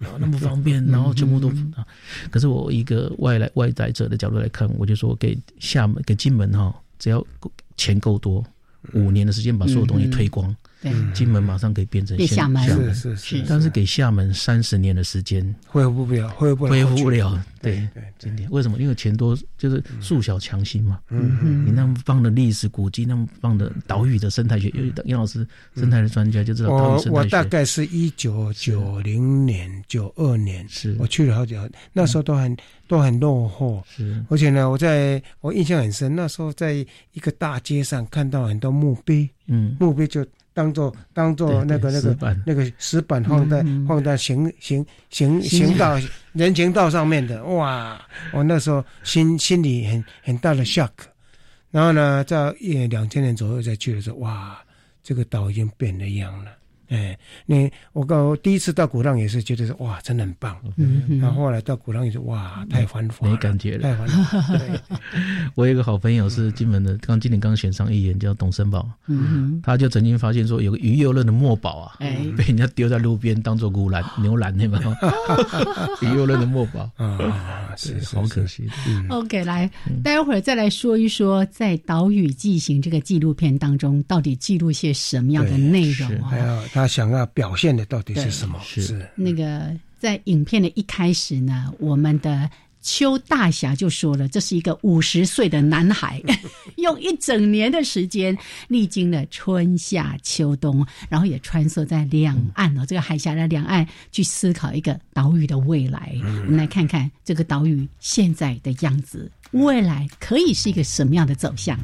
那么方便，然后全部都可是我一个外来者的角度来看，我就说给厦门给金门只要钱够多，5年的时间把所有东西推光，金门马上可以变成厦门， 是，但是给厦门30年的时间恢复不了， 对，今天为什么？因为钱多，就是数小强新嘛。你那么棒的历史古迹，那么棒的岛屿的生态学，因为杨老师生态的专家就知道他们生态学。 我大概是1990年、92年，是我去了好几回，那时候都很落后，是。而且呢，我印象很深，那时候在一个大街上看到很多墓碑，墓碑就当做那个石板放在行道人行道上面的，哇！我那时候心里很大的 shock。然后呢，在2000年左右再去的时候，哇，这个岛已经变了样了。我第一次到鼓浪也是觉得说哇，真的很棒。然后后来到鼓浪也是哇，太繁华了， 没感觉了， 太繁华了。对， 我有一个好朋友是金门的，今年刚选上议员，叫董森宝。他就曾经发现说，有个鱼游轮的墨宝啊，被人家丢在路边当做牛栏那么鱼游轮的墨宝是好可惜的。 OK， 来，待会儿再来说一说，在《岛屿纪行》这个纪录片当中，到底记录些什么样的内容啊？ 还有他想要表现的到底是什么？是那个在影片的一开始呢，我们的邱大侠就说了，这是一个50岁的男孩，用1整年的时间，历经了春夏秋冬，然后也穿梭在两岸这个海峡的两岸，去思考一个岛屿的未来。我们来看看这个岛屿现在的样子，未来可以是一个什么样的走向。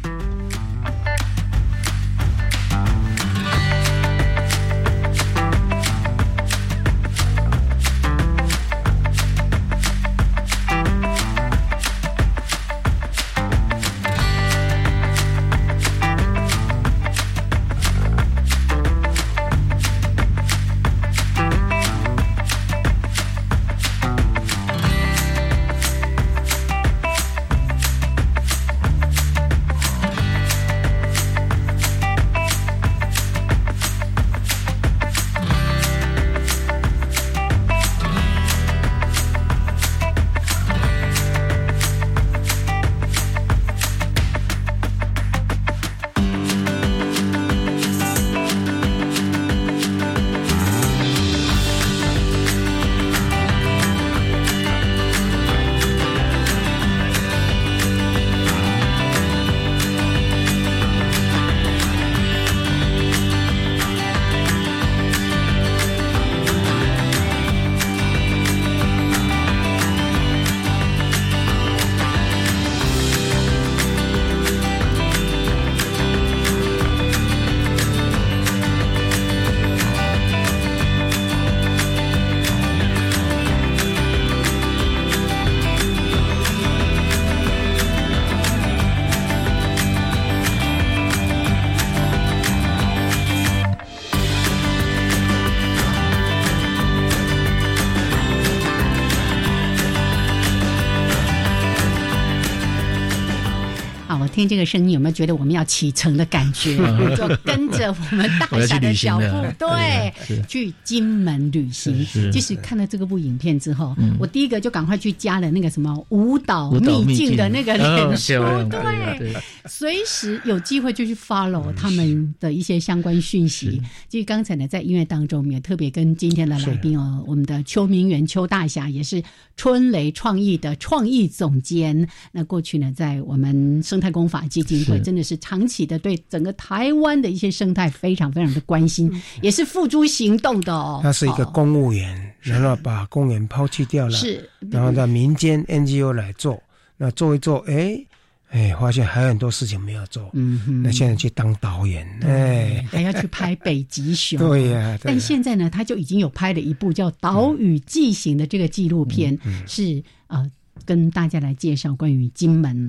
听这个声音，有没有觉得我们要启程的感觉？就跟着我们大侠的脚步，对，去金门旅行。即使看了这个部影片之后，我第一个就赶快去加了那个什么舞蹈秘境的那个脸书，对，随时有机会就去 follow 他们的一些相关讯息。就刚才呢，在音乐当中，我们也特别跟今天的来宾我们的邱明元邱大侠也是春雷创意的创意总监。那过去呢，在我们生态工法基金会真的是长期的对整个台湾的一些生态非常非常的关心，也是付诸行动的哦。 他是一个公务员，然后把公园抛弃掉了，是，然后在民间 NGO 来做，那做一做，发现还有很多事情没有做，那现在去当导演， 还要去拍北极熊， 对呀。 但现在呢，他就已经有拍了一部叫《岛屿纪行》的这个纪录片，是跟大家来介绍关于金门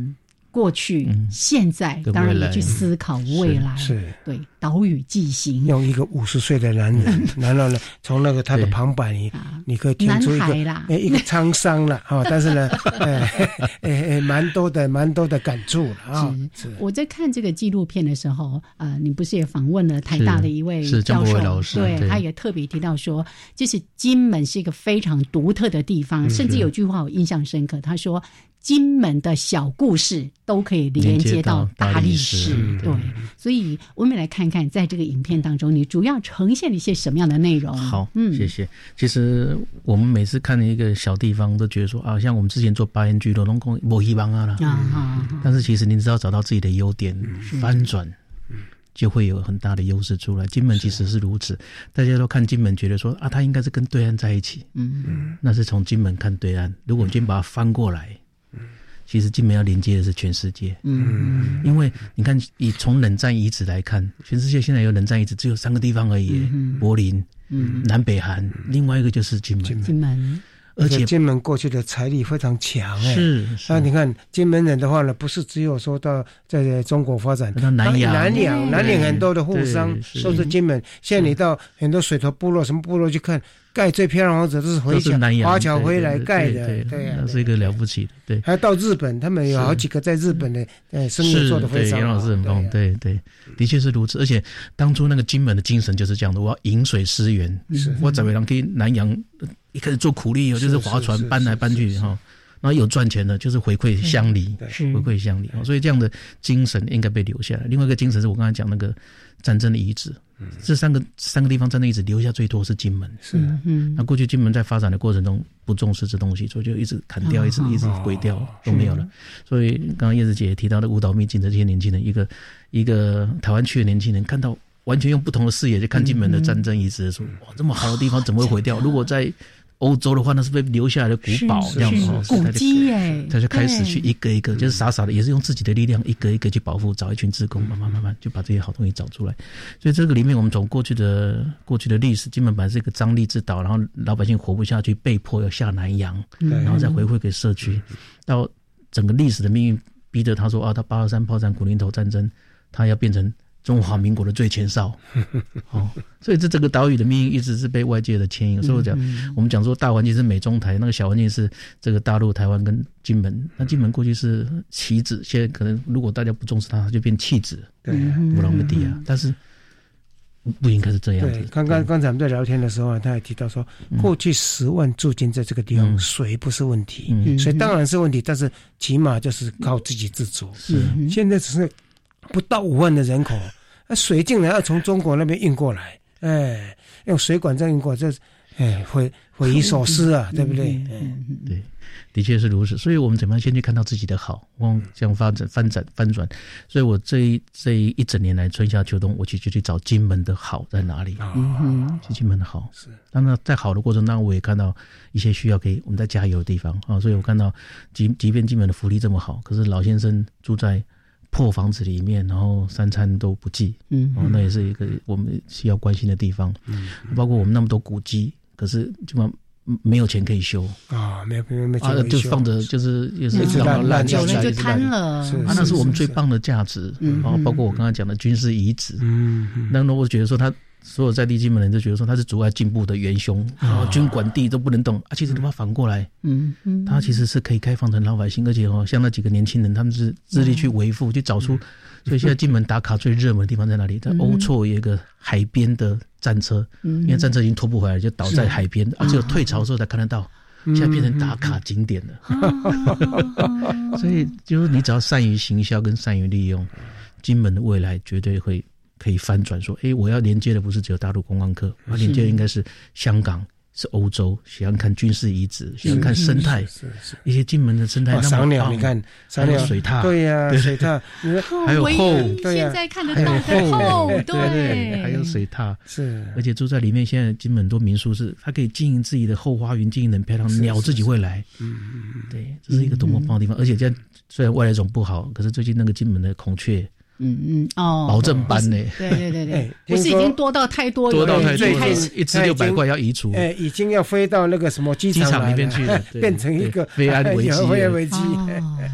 过去、现在，当然也去思考未来。是，对，岛屿纪行。 用一个50岁的男人，然后呢，从那个他的旁白你可以听出一个沧桑了哈，但是呢，蛮多的感触了啊。 我在看这个纪录片的时候，你不是也访问了台大的一位教授老师， 对，他也特别提到说，就是金门是一个非常独特的地方，甚至有句话我印象深刻，他说。金门的小故事都可以连接到大历史，对，所以我们来看看在这个影片当中你主要呈现了一些什么样的内容。 好，谢谢。其实我们每次看一个小地方都觉得说像我们之前做8N聚落都说没希望啦，但是其实你只要找到自己的优点，翻转就会有很大的优势出来。金门其实是如此，大家都看金门觉得说它应该是跟对岸在一起，那是从金门看对岸，如果你今天把它翻过来，其实金门要连接的是全世界，因为你看，以从冷战遗址来看，全世界现在有冷战遗址只有3个地方而已，柏林、南北韩，另外一个就是金门。 而且金门过去的财力非常强， 是。 那你看金门人的话呢，不是只有说到在中国发展， 南洋很多的富商都是金门。现在你到很多水头部落、什么部落去看，盖最漂亮的房子都是华侨回来盖的，对， 那是一个了不起的，对。 还到日本，他们有好几个在日本的生意做得非常好。 杨老师很棒，对，的确是如此。而且当初那个金门的精神就是这样的，我要饮水思源，我怎么样可以南洋。一开始做苦力就是划船搬来搬去哈，然后有赚钱的就是回馈乡里，回馈乡里，所以这样的精神应该被留下来。另外一个精神是我刚才讲那个战争的遗址，这三个地方战争遗址留下最多是金门，那过去金门在发展的过程中不重视这东西，所以就一直砍掉，一直毁掉都没有了。所以刚刚叶子姐也提到的舞蹈秘境的这些年轻人，一个台湾区的年轻人看到。完全用不同的视野去看金门的战争遗址，说哇，这么好的地方怎么会毁掉？如果在欧洲的话，那是被留下来的古堡这样子， 古迹耶。 他就开始去一个一个，就是傻傻的，也是用自己的力量一个一个去保护，找一群志工，慢慢就把这些好东西找出来。所以这个里面，我们从过去的历史，金门本来是一个张力之岛，然后老百姓活不下去，被迫要下南洋，然后再回馈给社区，到整个历史的命运逼得他说他823炮战、古宁头战争，他要变成。中华民国的最前哨，所以这个岛屿的命运一直是被外界的牵引。所以我们讲说大环境是美中台，那个小环境是这个大陆、台湾跟金门。那金门过去是棋子，现在可能如果大家不重视它就变弃子，对，不让地啊。但是不应该是这样子。 对，刚才我们在聊天的时候他也提到说，过去10万驻军在这个地方，水不是问题，水当然是问题，但是起码就是靠自给自足。现在只是。不到5万的人口，水竟然要从中国那边运过来，用水管这样运过来，这匪夷所思啊，对不对？ 对，的确是如此。所以我们怎么样先去看到自己的好，这样翻转。所以我这一整年来，春夏秋冬，我就去找金门的好在哪里。去金门的好是。当然，在好的过程当中，我也看到一些需要给我们在加油的地方啊。所以我看到，即便金门的福利这么好，可是老先生住在。破房子里面，然后3餐都不济，那也是一个我们需要关心的地方。包括我们那么多古迹，可是基本上没有钱可以修没有钱就放着，就是也是烂久了就瘫了。 那是我们最棒的价值。包括我刚才讲的军事遗址，那我觉得说他。所有在地金门人就觉得说他是阻碍进步的元凶，然后军管地都不能动其实他反过来，他其实是可以开放成老百姓，而且像那几个年轻人，他们是致力去维护，去找出，所以现在金门打卡最热门的地方在哪里？在欧错有一个海边的战车，因为战车已经拖不回来，就倒在海边，只有退潮的时候才看得到，现在变成打卡景点了。所以就是你只要善于行销跟善于利用，金门的未来绝对会。可以翻转说，我要连接的不是只有大陆观光客，我连接的应该是香港，是欧洲，喜欢看军事遗址，喜欢看生态，一些金门的生态那么赏鸟，你看赏鸟水獭， 对呀，水獭， 还有后， 现在看得到后，对， 还有水獭， 是， 而且住在里面，现在金门很多民宿是，它可以经营自己的后花园，经营得很漂亮，鸟自己会来，对，这是一个多么棒的地方，而且现在虽然外来种不好，可是最近那个金门的孔雀。保证班呢？ 对，不是已经多到太多一只600块要移除， 已经要飞到那个什么机场里面去了， 变成一个非安危机。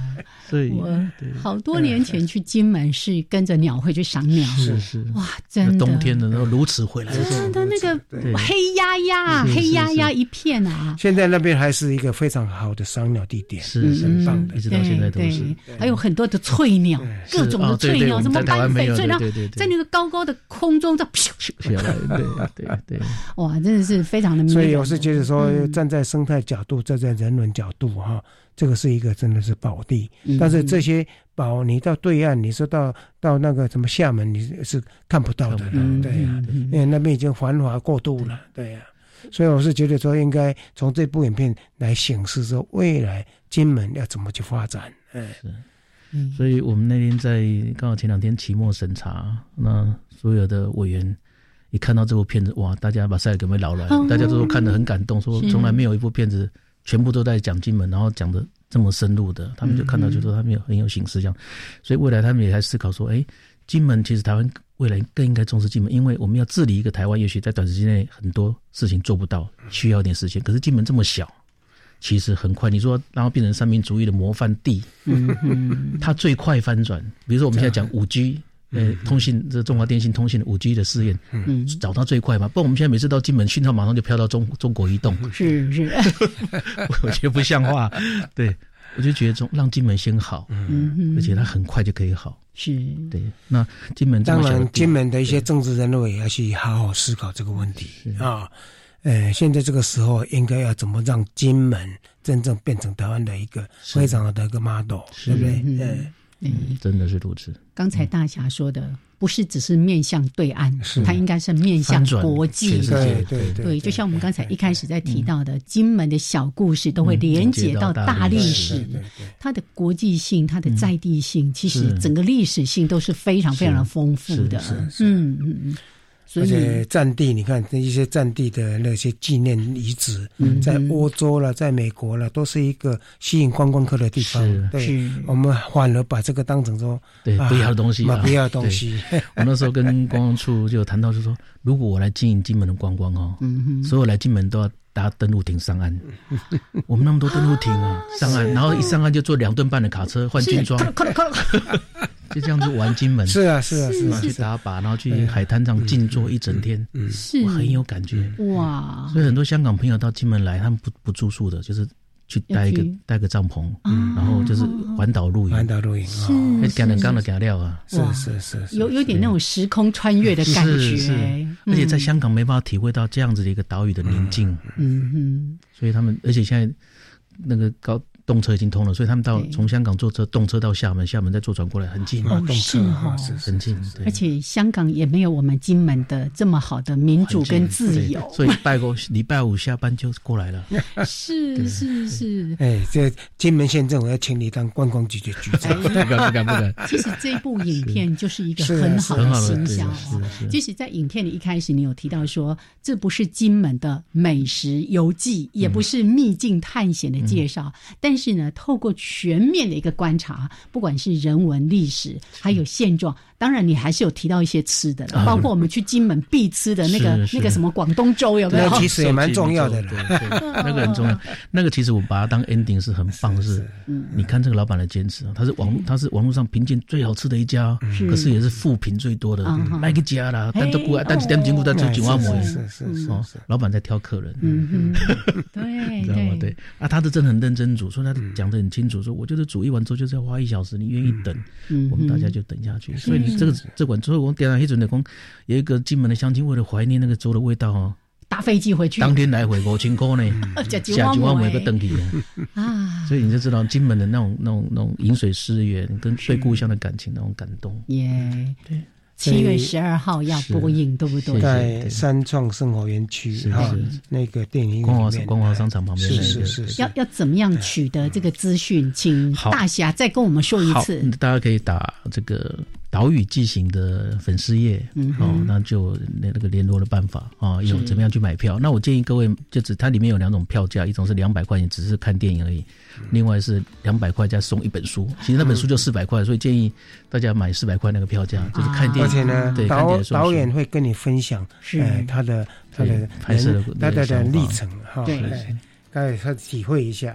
所以我好多年前去金门是跟着鸟会去赏鸟， 是哇，真的冬天的时候如此回来的时候， 真的那个黑压压，黑压压一片啊。 现在那边还是一个非常好的赏鸟地点， 是很棒的， 一直到现在都是。 还有很多的翠鸟，各种的翠鸟，什么斑嘴翠鸟，在那个高高的空中在咻下来，对， 哇，真的是非常的迷人。 所以我是觉得说，站在生态角度，站在人文角度哈，这个是一个真的是宝地。但是这些宝，你到对岸，你说到那个什么厦门，你是看不到的了，对呀，因为那边已经繁华过度了，对呀。所以我是觉得说，应该从这部影片来显示说，未来金门要怎么去发展。 所以我们那天刚好前2天期末审查，那所有的委员一看到这部片子，哇，大家把赛给我们捞来，大家都看得很感动，说从来没有一部片子全部都在讲金门，然后讲的这么深入的，他们就看到就说他们很有形式这样，所以未来他们也在思考说，金门其实台湾未来更应该重视金门，因为我们要治理一个台湾，也许在短时间内很多事情做不到，需要一点时间。可是金门这么小，其实很快。你说然后变成三民主义的模范地，它最快翻转。比如说我们现在讲5G，通信这中华电信通信的5G 的试验，找到最快嘛。不然我们现在每次到金门，讯号马上就飘到中国移动， 是， 我觉得不像话。对，我就觉得让金门先好，而且它很快就可以好。 是， 对。那金门当然，金门的一些政治人物也要去好好思考这个问题啊。现在这个时候应该要怎么让金门真正变成台湾的一个非常好的一个 model， 对不对？ 真的是如此。 刚才大侠说的，不是只是面向对岸，它应该是面向国际。对，就像我们刚才一开始在提到的，金门的小故事都会连接到大历史，它的国际性、它的在地性，其实整个历史性都是非常非常丰富的。 而且战地，你看一些战地的那些纪念遗址，在欧洲了，在美国了，都是一个吸引观光客的地方。对，我们反而把这个当成说不要的东西， 不要的东西。 我那时候跟观光处就有谈到，就说如果我来经营金门的观光所有来金门都要搭登陆艇上岸。我们那么多登陆艇上岸，然后一上岸就坐2吨半的卡车换军装。就这样子玩金门， 是啊， 去打靶，然后去海滩上静坐一整天，我很有感觉哇！ 所以很多香港朋友到金门来，他们不住宿的，就是去带个帐篷，然后就是环岛露营，干人刚的干料啊， 是， 有点那种时空穿越的感觉， 而且在香港没办法体会到这样子的一个岛屿的宁静，所以他们，而且现在那个动车已经通了，所以他们从香港坐车动车到厦门，厦门再坐船过来很近， 是很近。 而且香港也没有我们金门的这么好的民主跟自由， 所以礼拜5下班就过来了。 是。 这金门县政府要请你当观光局的局长， 不敢。 其实这部影片就是一个很好的形象。即使在影片里一开始你有提到说，这不是金门的美食游记，也不是秘境探险的介绍，但是呢，透过全面的一个观察，不管是人文、历史，还有现状，当然你还是有提到一些吃的了，包括我们去金门必吃的那个什么广东粥，有没有？ 那其实也蛮重要的了， 那个很重要。那个其实我把它当 ending 是很棒，是你看这个老板的坚持，他是网络上评鉴最好吃的一家，可是也是负评最多的那个家啦，但是点进入在做井蛙馍， 是， 老板在挑客人， 对， 知道吗？对啊，他是真的很认真煮，所以他讲得很清楚，说我就是煮一碗粥就是要花1小时，你愿意等，我们大家就等下去。所以你这碗粥，我点了一准的工，有一个金门的乡亲为了怀念那个粥的味道搭飞机回去， 当天来回5000块呢，下9万每个登记啊，所以你就知道金门的那种饮水思源跟对故乡的感情那种感动。 对。7月12号要播映，对不对？ 在三创生活园区那个电影光华商场旁边， 是。 要怎么样取得这个资讯？请大侠再跟我们说一次。 大家可以打这个岛屿记行的粉丝页，那就那个联络的办法有怎么样去买票？那我建议各位，它里面有2种票价，一种是200块钱，只是看电影而已；另外是200块加送一本书。其实那本书就400块，所以建议大家买400块那个票价，就是看电影。 而且呢，导演会跟你分享他的拍摄的历程大家体会一下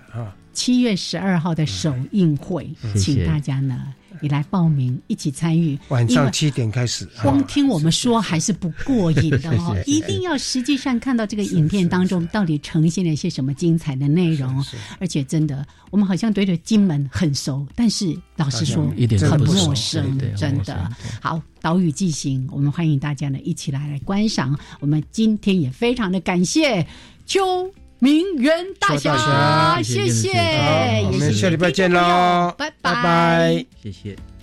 7月12号的首映会，请大家呢也来报名一起参与， 晚上7点开始。 光听我们说还是不过瘾的哦，一定要实际上看到这个影片当中到底呈现了一些什么精彩的内容。而且真的，我们好像对着金门很熟，但是老实说很陌生，真的。好，岛屿纪行，我们欢迎大家呢一起来观赏。我们今天也非常的感谢邱明元大侠，谢谢， 我们下礼拜见喽， 拜拜， 谢谢。